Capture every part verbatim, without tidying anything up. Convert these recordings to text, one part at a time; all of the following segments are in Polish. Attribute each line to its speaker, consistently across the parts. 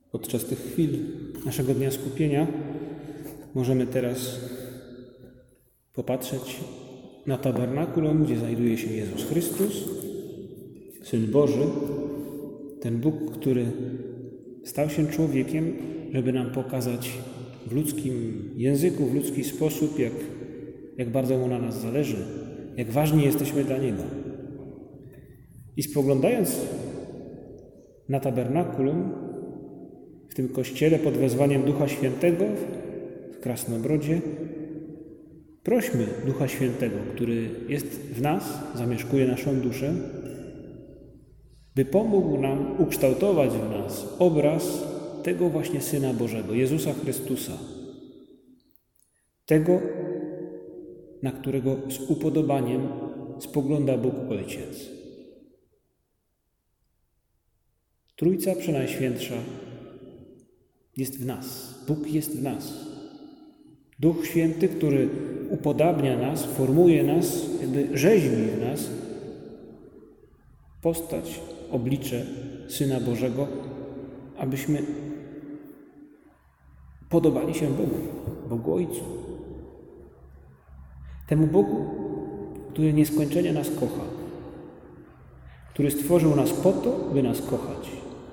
Speaker 1: Podczas tych chwil naszego Dnia Skupienia możemy teraz popatrzeć na tabernakulum, gdzie znajduje się Jezus Chrystus, Syn Boży, ten Bóg, który stał się człowiekiem, żeby nam pokazać w ludzkim języku, w ludzki sposób, jak, jak bardzo Mu na nas zależy, jak ważni jesteśmy dla Niego. I spoglądając na tabernakulum, w tym kościele pod wezwaniem Ducha Świętego w Krasnobrodzie, prośmy Ducha Świętego, który jest w nas, zamieszkuje naszą duszę, by pomógł nam ukształtować w nas obraz tego właśnie Syna Bożego, Jezusa Chrystusa. Tego, na którego z upodobaniem spogląda Bóg Ojciec. Trójca Przenajświętsza jest w nas. Bóg jest w nas. Duch Święty, który upodabnia nas, formuje nas, jakby rzeźbi w nas postać, oblicze Syna Bożego, abyśmy podobali się Bogu, Bogu Ojcu. Temu Bogu, który nieskończenie nas kocha, który stworzył nas po to, by nas kochać,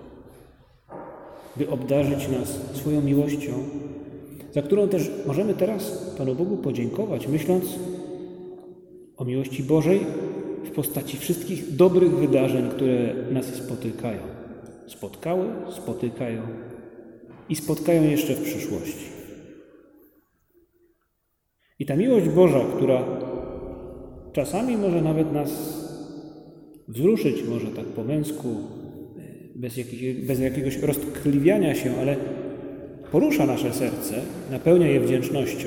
Speaker 1: by obdarzyć nas swoją miłością, za którą też możemy teraz Panu Bogu podziękować, myśląc o miłości Bożej w postaci wszystkich dobrych wydarzeń, które nas spotykają. Spotkały, spotykają i spotkają jeszcze w przyszłości. I ta miłość Boża, która czasami może nawet nas wzruszyć, może tak po męsku, bez, jakich, bez jakiegoś roztkliwiania się, ale porusza nasze serce, napełnia je wdzięcznością.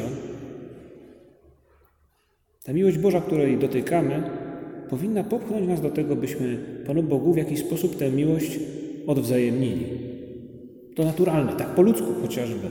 Speaker 1: Ta miłość Boża, której dotykamy, powinna popchnąć nas do tego, byśmy Panu Bogu w jakiś sposób tę miłość odwzajemnili. To naturalne, tak po ludzku chociażby.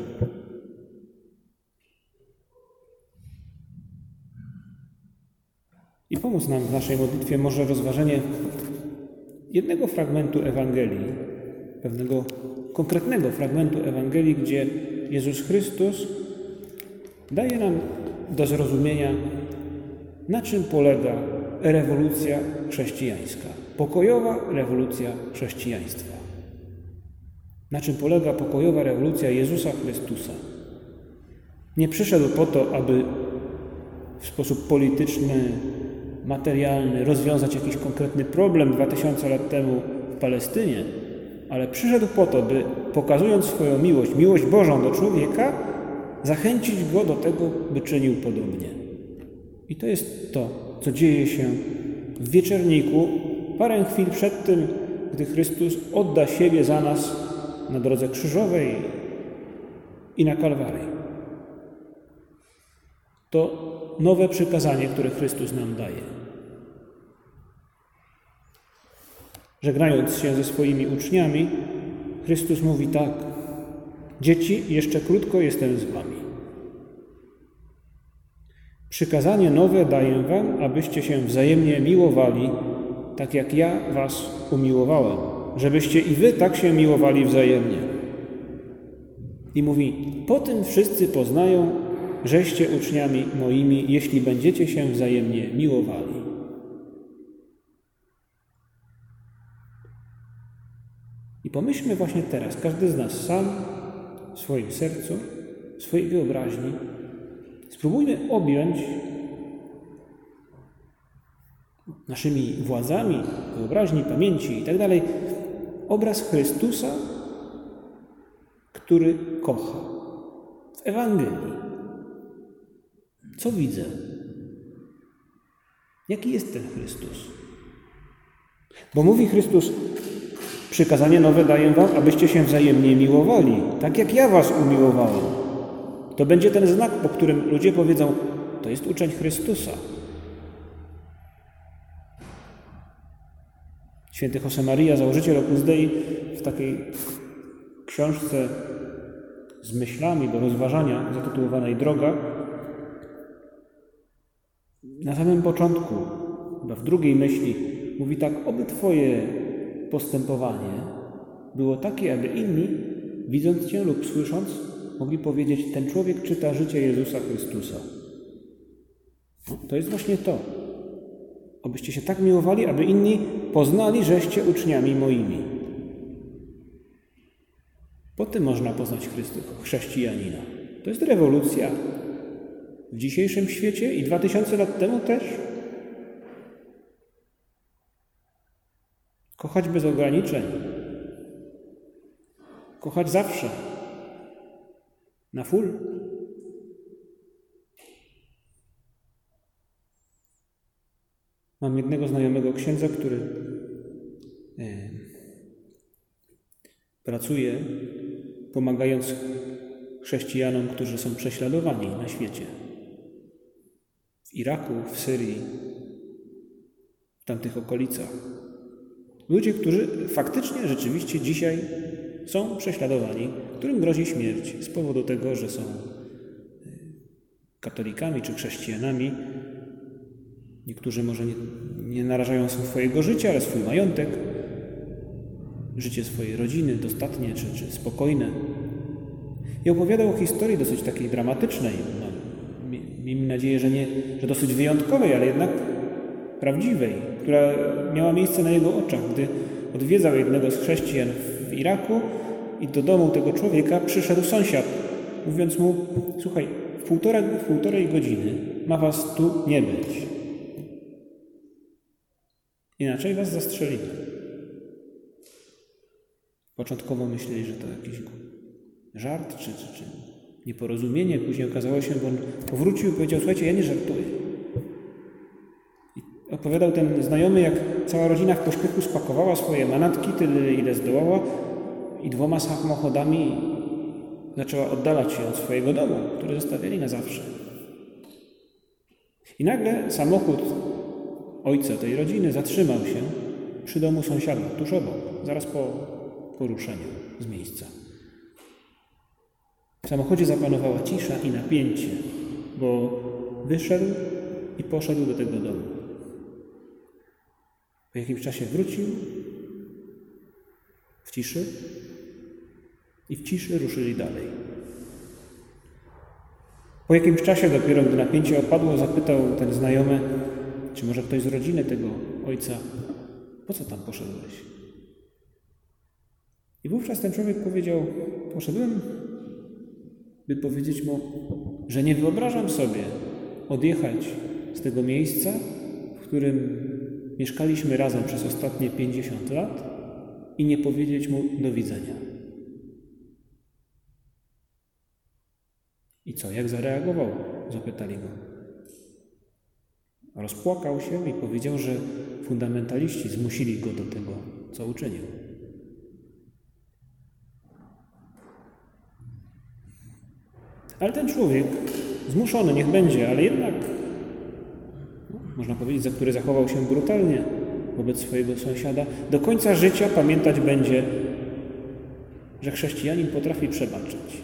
Speaker 1: I pomóc nam w naszej modlitwie może rozważenie jednego fragmentu Ewangelii, pewnego konkretnego fragmentu Ewangelii, gdzie Jezus Chrystus daje nam do zrozumienia, na czym polega rewolucja chrześcijańska, pokojowa rewolucja chrześcijaństwa. Na czym polega pokojowa rewolucja Jezusa Chrystusa. Nie przyszedł po to, aby w sposób polityczny, materialny rozwiązać jakiś konkretny problem dwa tysiące lat temu w Palestynie, ale przyszedł po to, by pokazując swoją miłość, miłość Bożą do człowieka, zachęcić go do tego, by czynił podobnie. I to jest to, co dzieje się w wieczerniku, parę chwil przed tym, gdy Chrystus odda siebie za nas na drodze krzyżowej i na Kalwarii. To nowe przykazanie, które Chrystus nam daje. Żegnając się ze swoimi uczniami, Chrystus mówi tak: dzieci, jeszcze krótko jestem z wami. Przykazanie nowe daję wam, abyście się wzajemnie miłowali, tak jak ja was umiłowałem, żebyście i wy tak się miłowali wzajemnie. I mówi: po tym wszyscy poznają, żeście uczniami moimi, jeśli będziecie się wzajemnie miłowali. I pomyślmy właśnie teraz, każdy z nas sam, w swoim sercu, w swojej wyobraźni, spróbujmy objąć naszymi władzami, wyobraźni, pamięci i tak dalej obraz Chrystusa, który kocha. W Ewangelii. Co widzę? Jaki jest ten Chrystus? Bo mówi Chrystus: przykazanie nowe daję wam, abyście się wzajemnie miłowali, tak jak ja was umiłowałem. To będzie ten znak, po którym ludzie powiedzą: to jest uczeń Chrystusa. Święty Josemaria, założyciel Opus Dei, w takiej książce z myślami do rozważania zatytułowanej Droga, na samym początku, chyba w drugiej myśli, mówi tak: oby Twoje postępowanie było takie, aby inni widząc Cię lub słysząc, mogli powiedzieć, ten człowiek czyta życie Jezusa Chrystusa. No, to jest właśnie to. Abyście się tak miłowali, aby inni poznali, żeście uczniami moimi. Po tym można poznać Chrystusa, chrześcijanina. To jest rewolucja. W dzisiejszym świecie i dwa tysiące lat temu też. Kochać bez ograniczeń. Kochać zawsze. Na full. Mam jednego znajomego księdza, który e, pracuje pomagając chrześcijanom, którzy są prześladowani na świecie. W Iraku, w Syrii, w tamtych okolicach. Ludzie, którzy faktycznie, rzeczywiście dzisiaj są prześladowani, którym grozi śmierć z powodu tego, że są katolikami czy chrześcijanami. Niektórzy może nie, nie narażają swojego życia, ale swój majątek, życie swojej rodziny, dostatnie czy, czy spokojne. I opowiadał o historii dosyć takiej dramatycznej. No, miejmy nadzieję, że, nie, że dosyć wyjątkowej, ale jednak prawdziwej, która miała miejsce na jego oczach, gdy odwiedzał jednego z chrześcijan w Iraku i do domu tego człowieka przyszedł sąsiad, mówiąc mu, słuchaj, w, półtora, w półtorej godziny ma was tu nie być. Inaczej was zastrzelimy. Początkowo myśleli, że to jakiś żart czy, czy, czy nieporozumienie. Później okazało się, bo on powrócił i powiedział, słuchajcie, ja nie żartuję. I opowiadał ten znajomy, jak cała rodzina w pośpiechu spakowała swoje manatki, tyle ile zdołała i dwoma samochodami zaczęła oddalać się od swojego domu, który zostawiali na zawsze. I nagle samochód ojca tej rodziny zatrzymał się przy domu sąsiada, tuż obok, zaraz po poruszeniu z miejsca. W samochodzie zapanowała cisza i napięcie, bo wyszedł i poszedł do tego domu. Po jakimś czasie wrócił w ciszy i w ciszy ruszyli dalej. Po jakimś czasie dopiero, gdy napięcie opadło, zapytał ten znajomy, czy może ktoś z rodziny tego ojca, po co tam poszedłeś? I wówczas ten człowiek powiedział, poszedłem, by powiedzieć mu, że nie wyobrażam sobie odjechać z tego miejsca, w którym mieszkaliśmy razem przez ostatnie pięćdziesiąt lat i nie powiedzieć mu do widzenia. I co, jak zareagował? Zapytali go. Rozpłakał się i powiedział, że fundamentaliści zmusili go do tego, co uczynił. Ale ten człowiek, zmuszony niech będzie, ale jednak, no, można powiedzieć, za który zachował się brutalnie wobec swojego sąsiada, do końca życia pamiętać będzie, że chrześcijanin potrafi przebaczyć.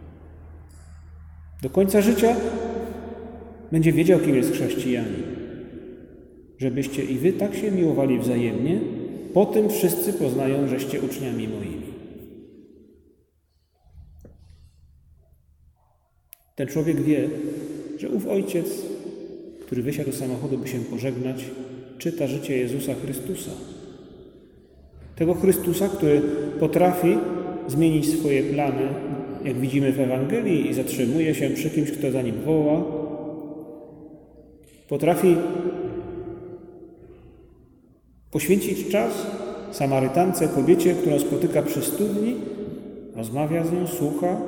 Speaker 1: Do końca życia będzie wiedział, kim jest chrześcijanin. Żebyście i wy tak się miłowali wzajemnie, po tym wszyscy poznają, żeście uczniami moimi. Ten człowiek wie, że ów ojciec, który wysiadł z samochodu, by się pożegnać, czyta życie Jezusa Chrystusa. Tego Chrystusa, który potrafi zmienić swoje plany, jak widzimy w Ewangelii, i zatrzymuje się przy kimś, kto za nim woła. Potrafi poświęcić czas Samarytance, kobiecie, którą spotyka przy studni, rozmawia z nią, słucha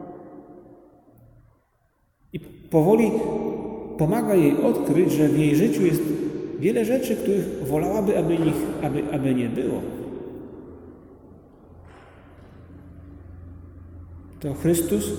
Speaker 1: i powoli pomaga jej odkryć, że w jej życiu jest wiele rzeczy, których wolałaby, aby, nich, aby, aby nie było. To Chrystus,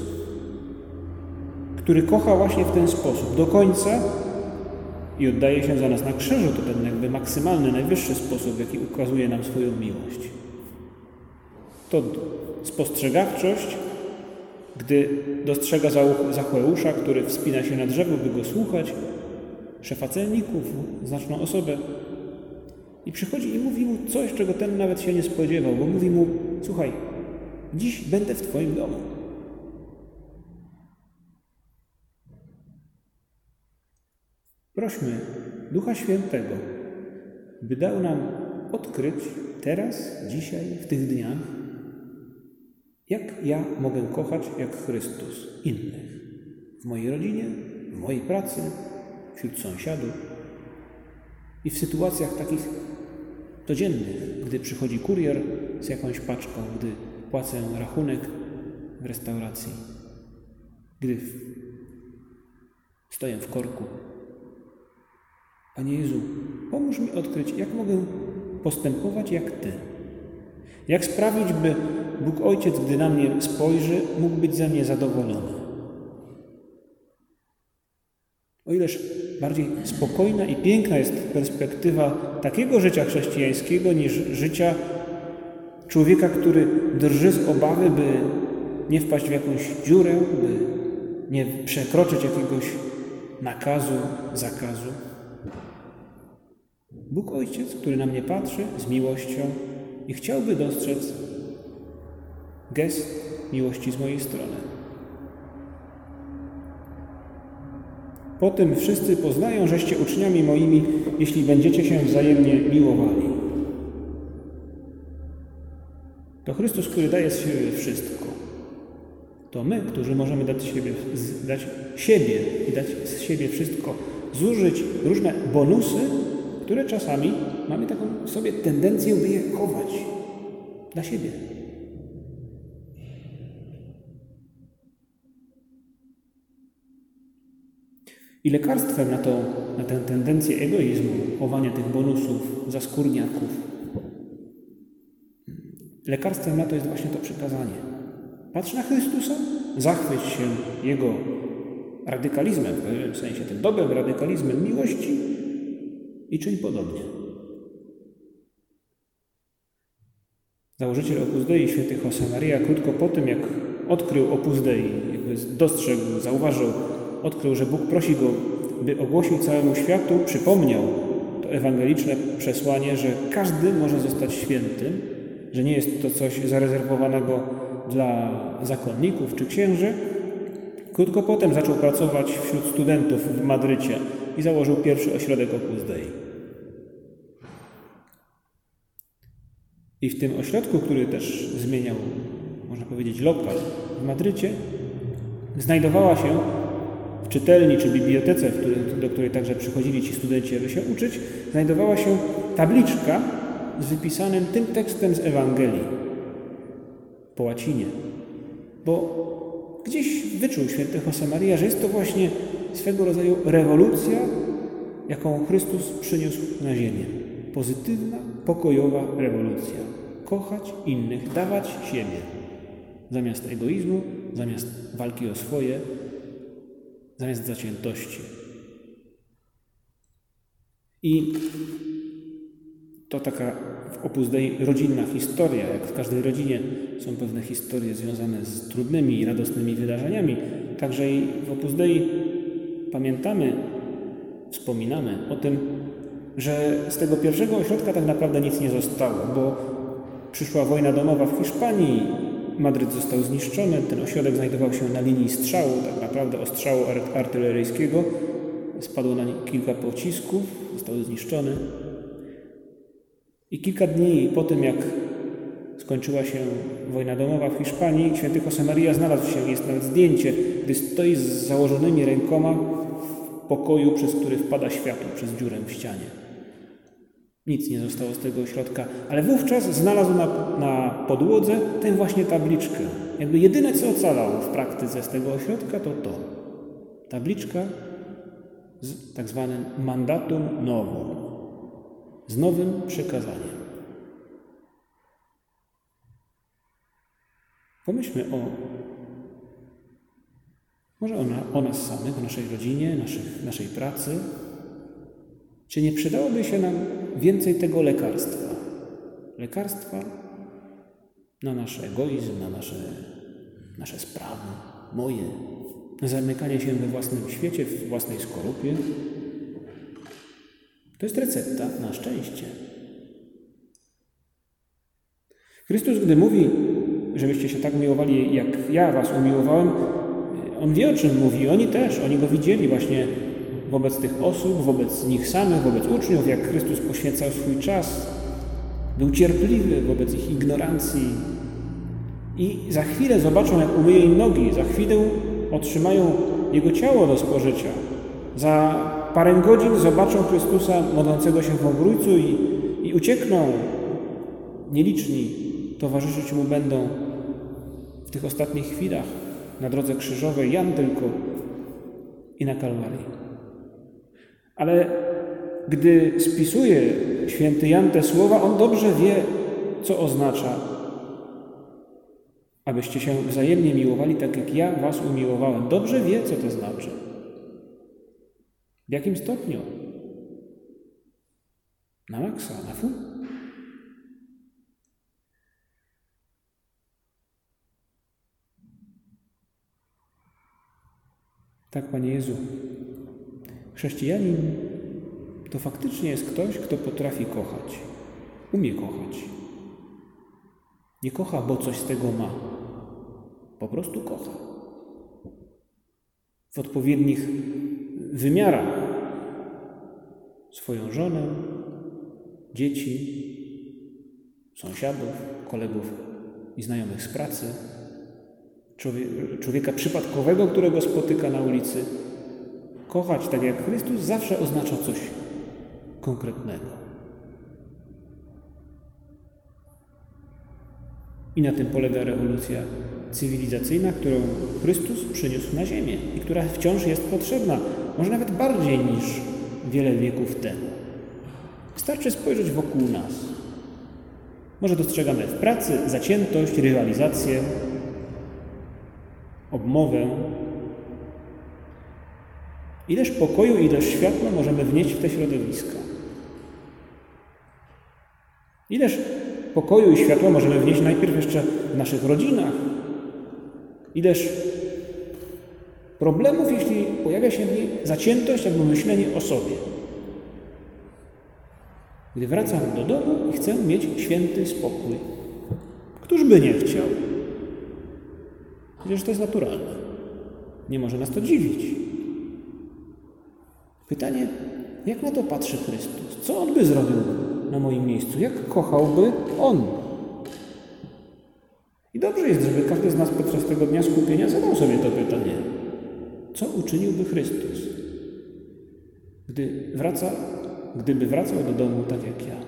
Speaker 1: który kocha właśnie w ten sposób, do końca i oddaje się za nas na krzyżu. To ten jakby maksymalny, najwyższy sposób, w jaki ukazuje nam swoją miłość. To spostrzegawczość, gdy dostrzega Zacheusza, który wspina się na drzewo, by go słuchać, szefa celników, znaczną osobę, i przychodzi i mówi mu coś, czego ten nawet się nie spodziewał, bo mówi mu, słuchaj, Dziś będę w Twoim domu. Prośmy Ducha Świętego, by dał nam odkryć teraz, dzisiaj, w tych dniach, jak ja mogę kochać jak Chrystus innych. W mojej rodzinie, w mojej pracy, wśród sąsiadów i w sytuacjach takich codziennych, gdy przychodzi kurier z jakąś paczką, gdy płacę rachunek w restauracji, gdy stoję w korku. Panie Jezu, pomóż mi odkryć, jak mogę postępować jak Ty. Jak sprawić, by Bóg Ojciec, gdy na mnie spojrzy, mógł być ze mnie zadowolony. O ileż bardziej spokojna i piękna jest perspektywa takiego życia chrześcijańskiego niż życia człowieka, który drży z obawy, by nie wpaść w jakąś dziurę, by nie przekroczyć jakiegoś nakazu, zakazu. Bóg Ojciec, który na mnie patrzy z miłością i chciałby dostrzec gest miłości z mojej strony. Po tym wszyscy poznają, żeście uczniami moimi, jeśli będziecie się wzajemnie miłowali. To Chrystus, który daje z siebie wszystko. To my, którzy możemy dać siebie, dać siebie i dać z siebie wszystko, zużyć różne bonusy, które czasami mamy taką w sobie tendencję, by je chować dla siebie. I lekarstwem na, to, na tę tendencję egoizmu, chowania tych bonusów, zaskórniaków, lekarstwem na to jest właśnie to przykazanie. Patrz na Chrystusa, zachwyć się Jego radykalizmem, w pewnym sensie tym dobrym radykalizmem miłości i czyń podobnie. Założyciel Opus Dei, święty Josemaria, krótko po tym, jak odkrył Opus Dei, jakby dostrzegł, zauważył, odkrył, że Bóg prosi go, by ogłosił całemu światu, przypomniał to ewangeliczne przesłanie, że każdy może zostać świętym, że nie jest to coś zarezerwowanego dla zakonników czy księży. Krótko potem zaczął pracować wśród studentów w Madrycie i założył pierwszy ośrodek Opus Dei. I w tym ośrodku, który też zmieniał, można powiedzieć, lokal w Madrycie, znajdowała się w czytelni czy bibliotece, do której także przychodzili ci studenci, aby się uczyć, znajdowała się tabliczka z wypisanym tym tekstem z Ewangelii po łacinie. Bo gdzieś wyczuł święty Josemaria, że jest to właśnie swego rodzaju rewolucja, jaką Chrystus przyniósł na ziemię. Pozytywna, pokojowa rewolucja. Kochać innych, dawać siebie. Zamiast egoizmu, zamiast walki o swoje, zamiast zaciętości. I to taka w Opus Dei rodzinna historia. Jak w każdej rodzinie są pewne historie związane z trudnymi i radosnymi wydarzeniami. Także i w Opus Dei pamiętamy, wspominamy o tym, że z tego pierwszego ośrodka tak naprawdę nic nie zostało, bo przyszła wojna domowa w Hiszpanii, Madryt został zniszczony, ten ośrodek znajdował się na linii strzału, tak naprawdę ostrzału artyleryjskiego. Spadło na nie kilka pocisków, został zniszczony. I kilka dni po tym, jak skończyła się wojna domowa w Hiszpanii, święty Josemaria znalazł się, jest nawet zdjęcie, gdy stoi z założonymi rękoma w pokoju, przez który wpada światło, przez dziurę w ścianie. Nic nie zostało z tego ośrodka, ale wówczas znalazł na, na podłodze tę właśnie tabliczkę. Jakby jedyne, co ocalało w praktyce z tego ośrodka, to to. Tabliczka z tak zwanym mandatum novum, z nowym przykazaniem. Pomyślmy o, może o, na, o nas samych, o naszej rodzinie, naszych, naszej pracy. Czy nie przydałoby się nam więcej tego lekarstwa? Lekarstwa na nasz egoizm, na nasze, nasze sprawy, moje, na zamykanie się we własnym świecie, w własnej skorupie. To jest recepta na szczęście. Chrystus, gdy mówi żebyście się tak miłowali, jak ja was umiłowałem. On wie, o czym mówi. Oni też, oni go widzieli właśnie wobec tych osób, wobec nich samych, wobec uczniów, jak Chrystus poświęcał swój czas. Był cierpliwy wobec ich ignorancji. I za chwilę zobaczą, jak umyje im nogi. Za chwilę otrzymają Jego ciało do spożycia. Za parę godzin zobaczą Chrystusa modlącego się w obrójcu i, i uciekną. Nieliczni towarzyszyć Mu będą w tych ostatnich chwilach na drodze krzyżowej, Jan tylko i na Kalwarii. Ale gdy spisuje święty Jan te słowa, on dobrze wie, co oznacza, abyście się wzajemnie miłowali tak, jak ja was umiłowałem. Dobrze wie, co to znaczy. W jakim stopniu? Na maksa, na fu. Tak, Panie Jezu, chrześcijanin to faktycznie jest ktoś, kto potrafi kochać, umie kochać. Nie kocha, bo coś z tego ma. Po prostu kocha. W odpowiednich wymiarach swoją żonę, dzieci, sąsiadów, kolegów i znajomych z pracy, człowieka przypadkowego, którego spotyka na ulicy. Kochać tak jak Chrystus zawsze oznacza coś konkretnego. I na tym polega rewolucja cywilizacyjna, którą Chrystus przyniósł na ziemię i która wciąż jest potrzebna, może nawet bardziej niż wiele wieków temu. Wystarczy spojrzeć wokół nas. Może dostrzegamy w pracy zaciętość, rywalizację, obmowę. Ileż pokoju, ileż światła możemy wnieść w te środowiska. Ileż pokoju i światła możemy wnieść najpierw jeszcze w naszych rodzinach. Ileż problemów, jeśli pojawia się w niej zaciętość albo myślenie o sobie. Gdy wracam do domu i chcę mieć święty spokój. Któż by nie chciał? Przecież to jest naturalne. Nie może nas to dziwić. Pytanie, jak na to patrzy Chrystus? Co On by zrobił na moim miejscu? Jak kochałby On? I dobrze jest, żeby każdy z nas podczas tego dnia skupienia zadał sobie to pytanie. Co uczyniłby Chrystus, gdy wraca, gdyby wracał do domu tak jak ja?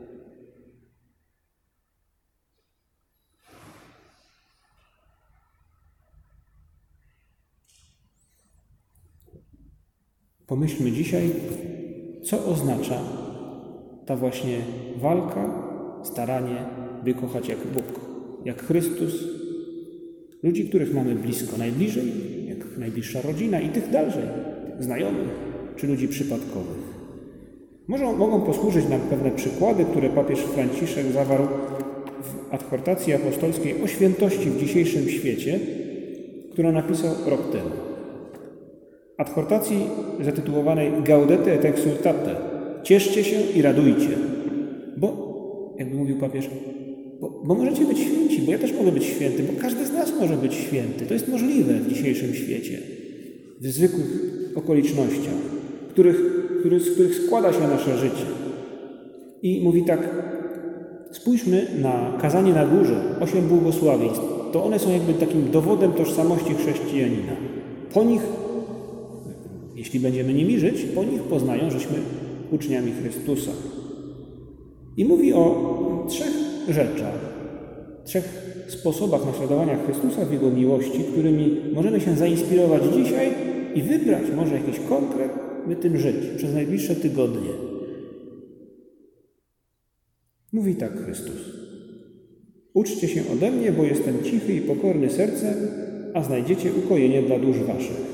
Speaker 1: Pomyślmy dzisiaj, co oznacza ta właśnie walka, staranie, by kochać jak Bóg, jak Chrystus, ludzi, których mamy blisko, najbliżej, jak najbliższa rodzina i tych dalej, tych znajomych czy ludzi przypadkowych. Może, mogą posłużyć nam pewne przykłady, które papież Franciszek zawarł w adhortacji apostolskiej o świętości w dzisiejszym świecie, którą napisał rok temu. Adhortacji zatytułowanej Gaudete et exsultate. Cieszcie się i radujcie. Bo, jakby mówił papież, bo, bo możecie być święci, bo ja też mogę być święty, bo każdy z nas może być święty. To jest możliwe w dzisiejszym świecie, w zwykłych okolicznościach, których, których, z których składa się nasze życie. I mówi tak, spójrzmy na kazanie na górze, osiem błogosławieństw. To one są jakby takim dowodem tożsamości chrześcijanina. Po nich, jeśli będziemy nimi żyć, po nich poznają, żeśmy uczniami Chrystusa. I mówi o trzech rzeczach, trzech sposobach naśladowania Chrystusa w Jego miłości, którymi możemy się zainspirować dzisiaj i wybrać może jakiś konkret, by tym żyć przez najbliższe tygodnie. Mówi tak Chrystus. Uczcie się ode mnie, bo jestem cichy i pokorny sercem, a znajdziecie ukojenie dla dusz waszych.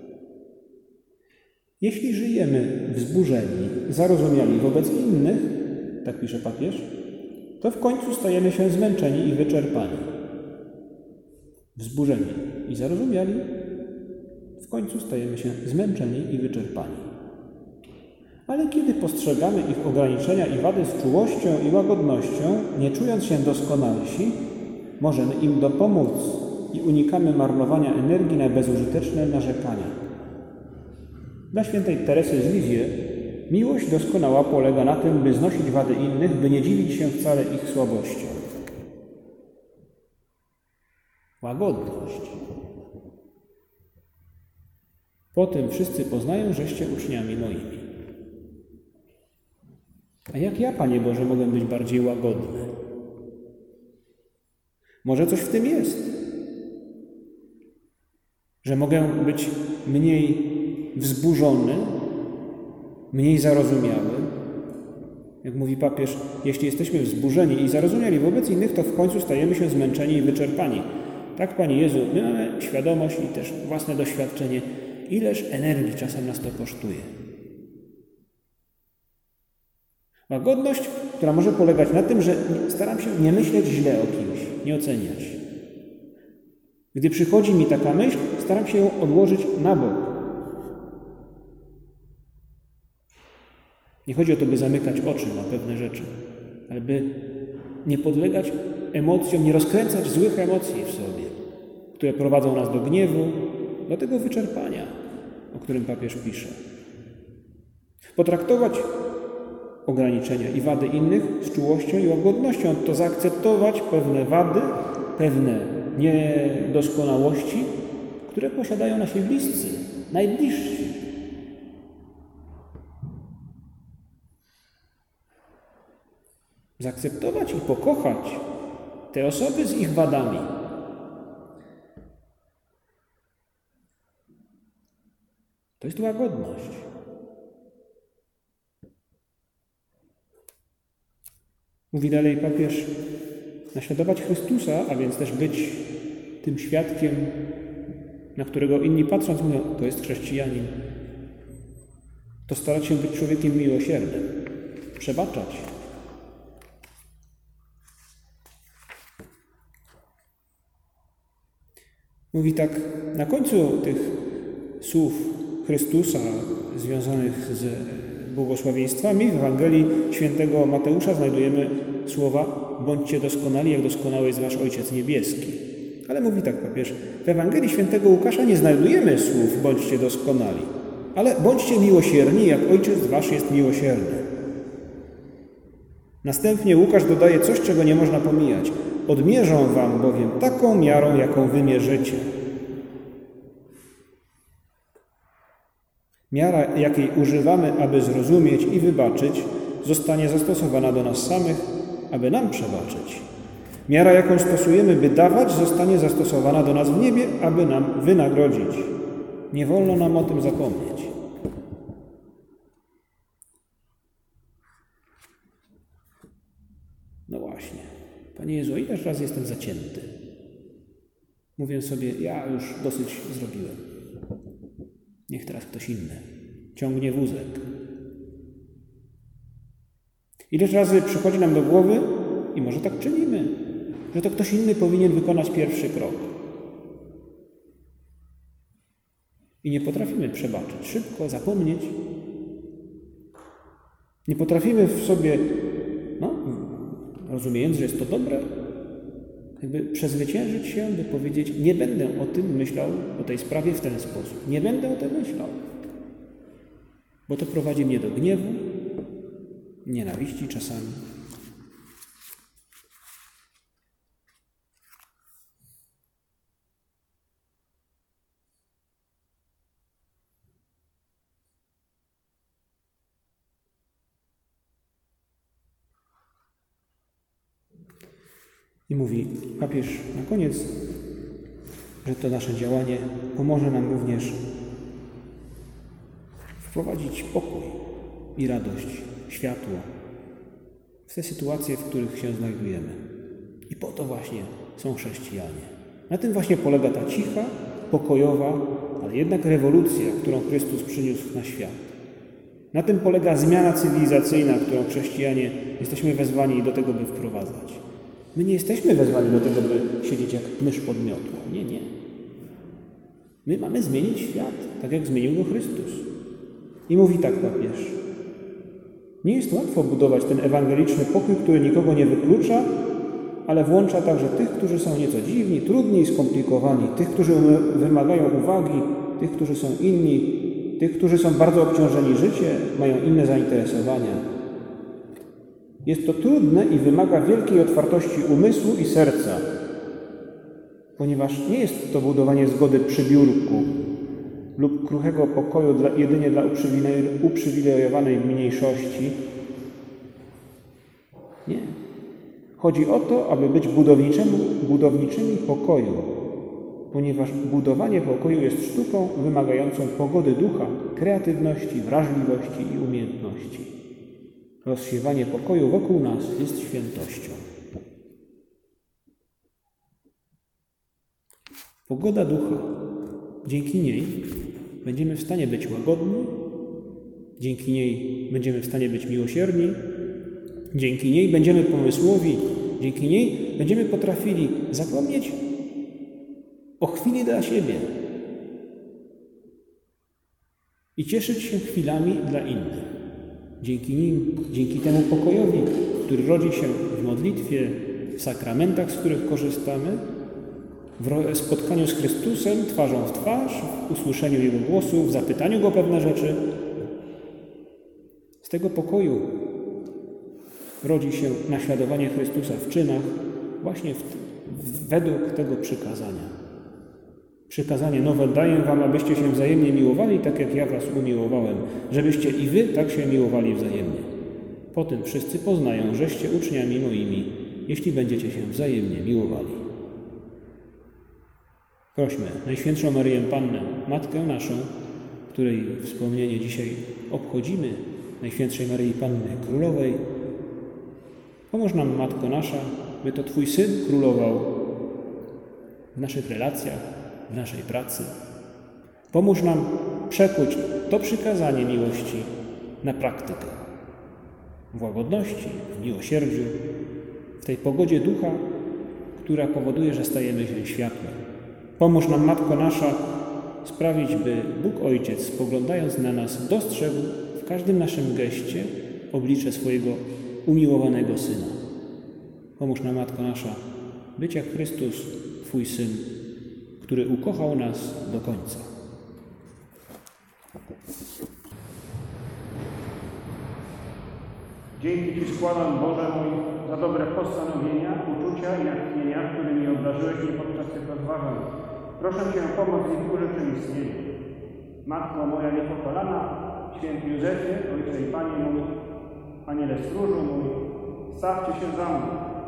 Speaker 1: Jeśli żyjemy wzburzeni, zarozumiali wobec innych, tak pisze papież, to w końcu stajemy się zmęczeni i wyczerpani. Wzburzeni i zarozumiali, w końcu stajemy się zmęczeni i wyczerpani. Ale kiedy postrzegamy ich ograniczenia i wady z czułością i łagodnością, nie czując się doskonalsi, możemy im dopomóc i unikamy marnowania energii na bezużyteczne narzekania. Dla świętej Teresy z Lizie miłość doskonała polega na tym, by znosić wady innych, by nie dziwić się wcale ich słabościom. Łagodność. Po tym wszyscy poznają, żeście uczniami moimi. A jak ja, Panie Boże, mogę być bardziej łagodny? Może coś w tym jest, że mogę być mniej wzburzony, mniej zarozumiały. Jak mówi papież, jeśli jesteśmy wzburzeni i zarozumiali wobec innych, to w końcu stajemy się zmęczeni i wyczerpani. Tak, Panie Jezu, my mamy świadomość i też własne doświadczenie, ileż energii czasem nas to kosztuje. Łagodność, która może polegać na tym, że staram się nie myśleć źle o kimś, nie oceniać. Gdy przychodzi mi taka myśl, staram się ją odłożyć na bok. Nie chodzi o to, by zamykać oczy na pewne rzeczy, ale by nie podlegać emocjom, nie rozkręcać złych emocji w sobie, które prowadzą nas do gniewu, do tego wyczerpania, o którym papież pisze. Potraktować ograniczenia i wady innych z czułością i łagodnością, to zaakceptować pewne wady, pewne niedoskonałości, które posiadają nasi bliscy, najbliżsi. Zaakceptować i pokochać te osoby z ich wadami. To jest łagodność. Mówi dalej papież, naśladować Chrystusa, a więc też być tym świadkiem, na którego inni patrząc mówią, to jest chrześcijanin. To starać się być człowiekiem miłosiernym, przebaczać. Mówi tak na końcu tych słów Chrystusa związanych z błogosławieństwami w Ewangelii świętego Mateusza znajdujemy słowa bądźcie doskonali, jak doskonały jest wasz Ojciec Niebieski. Ale mówi tak papież, w Ewangelii świętego Łukasza nie znajdujemy słów bądźcie doskonali, ale bądźcie miłosierni, jak Ojciec wasz jest miłosierny. Następnie Łukasz dodaje coś, czego nie można pomijać. Odmierzą wam bowiem taką miarą, jaką wymierzycie. Miara, jakiej używamy, aby zrozumieć i wybaczyć, zostanie zastosowana do nas samych, aby nam przebaczyć. Miara, jaką stosujemy, by dawać, zostanie zastosowana do nas w niebie, aby nam wynagrodzić. Nie wolno nam o tym zapomnieć. No właśnie. Panie Jezu, ileż razy jestem zacięty? Mówię sobie, ja już dosyć zrobiłem. Niech teraz ktoś inny ciągnie wózek. Ileż razy przychodzi nam do głowy, i może tak czynimy, że to ktoś inny powinien wykonać pierwszy krok. I nie potrafimy przebaczyć, szybko zapomnieć. Nie potrafimy w sobie, no, rozumiejąc, że jest to dobre, jakby przezwyciężyć się, by powiedzieć, nie będę o tym myślał, o tej sprawie w ten sposób. Nie będę o tym myślał. Bo to prowadzi mnie do gniewu, nienawiści czasami. I mówi papież na koniec, że to nasze działanie pomoże nam również wprowadzić pokój i radość, światło w te sytuacje, w których się znajdujemy. I po to właśnie są chrześcijanie. Na tym właśnie polega ta cicha, pokojowa, ale jednak rewolucja, którą Chrystus przyniósł na świat. Na tym polega zmiana cywilizacyjna, którą chrześcijanie jesteśmy wezwani do tego, by wprowadzać. My nie jesteśmy wezwani do tego, by siedzieć jak mysz pod miotłą. Nie, nie. My mamy zmienić świat, tak jak zmienił go Chrystus. I mówi tak papież. Nie jest łatwo budować ten ewangeliczny pokój, który nikogo nie wyklucza, ale włącza także tych, którzy są nieco dziwni, trudni i skomplikowani, tych, którzy wymagają uwagi, tych, którzy są inni, tych, którzy są bardzo obciążeni życiem, mają inne zainteresowania. Jest to trudne i wymaga wielkiej otwartości umysłu i serca, ponieważ nie jest to budowanie zgody przy biurku lub kruchego pokoju dla, jedynie dla uprzywilejowanej mniejszości. Nie. Chodzi o to, aby być budowniczymi pokoju, ponieważ budowanie pokoju jest sztuką wymagającą pogody ducha, kreatywności, wrażliwości i umiejętności. Rozsiewanie pokoju wokół nas jest świętością. Pogoda ducha. Dzięki niej będziemy w stanie być łagodni, dzięki niej będziemy w stanie być miłosierni, dzięki niej będziemy pomysłowi, dzięki niej będziemy potrafili zapomnieć o chwili dla siebie i cieszyć się chwilami dla innych. Dzięki nim, dzięki temu pokojowi, który rodzi się w modlitwie, w sakramentach, z których korzystamy, w spotkaniu z Chrystusem twarzą w twarz, w usłyszeniu Jego głosu, w zapytaniu Go pewne rzeczy. Z tego pokoju rodzi się naśladowanie Chrystusa w czynach właśnie w, w, według tego przykazania. Przykazanie nowe daję wam, abyście się wzajemnie miłowali, tak jak ja was umiłowałem, żebyście i wy tak się miłowali wzajemnie. Po tym wszyscy poznają, żeście uczniami moimi, jeśli będziecie się wzajemnie miłowali. Prośmy Najświętszą Maryję Pannę, Matkę naszą, której wspomnienie dzisiaj obchodzimy, Najświętszej Maryi Panny Królowej. Pomóż nam, Matko nasza, by to Twój Syn królował w naszych relacjach, w naszej pracy. Pomóż nam przekuć to przykazanie miłości na praktykę. W łagodności, w miłosierdziu, w tej pogodzie ducha, która powoduje, że stajemy się światłem. Pomóż nam, Matko nasza, sprawić, by Bóg Ojciec, spoglądając na nas, dostrzegł w każdym naszym geście oblicze swojego umiłowanego Syna. Pomóż nam, Matko nasza, być jak Chrystus, Twój Syn, który ukochał nas do końca.
Speaker 2: Dzięki Ci składam, Boże mój, za dobre postanowienia, uczucia i natchnienia, którymi obdarzyłeś mnie podczas tych rozważań. Proszę Cię o pomoc w ich urzeczywistnieniu. Matko moja niepokalana, święty Józefie, Ojcze i Panie mój, Aniele stróżu mój, stawcie się za mną.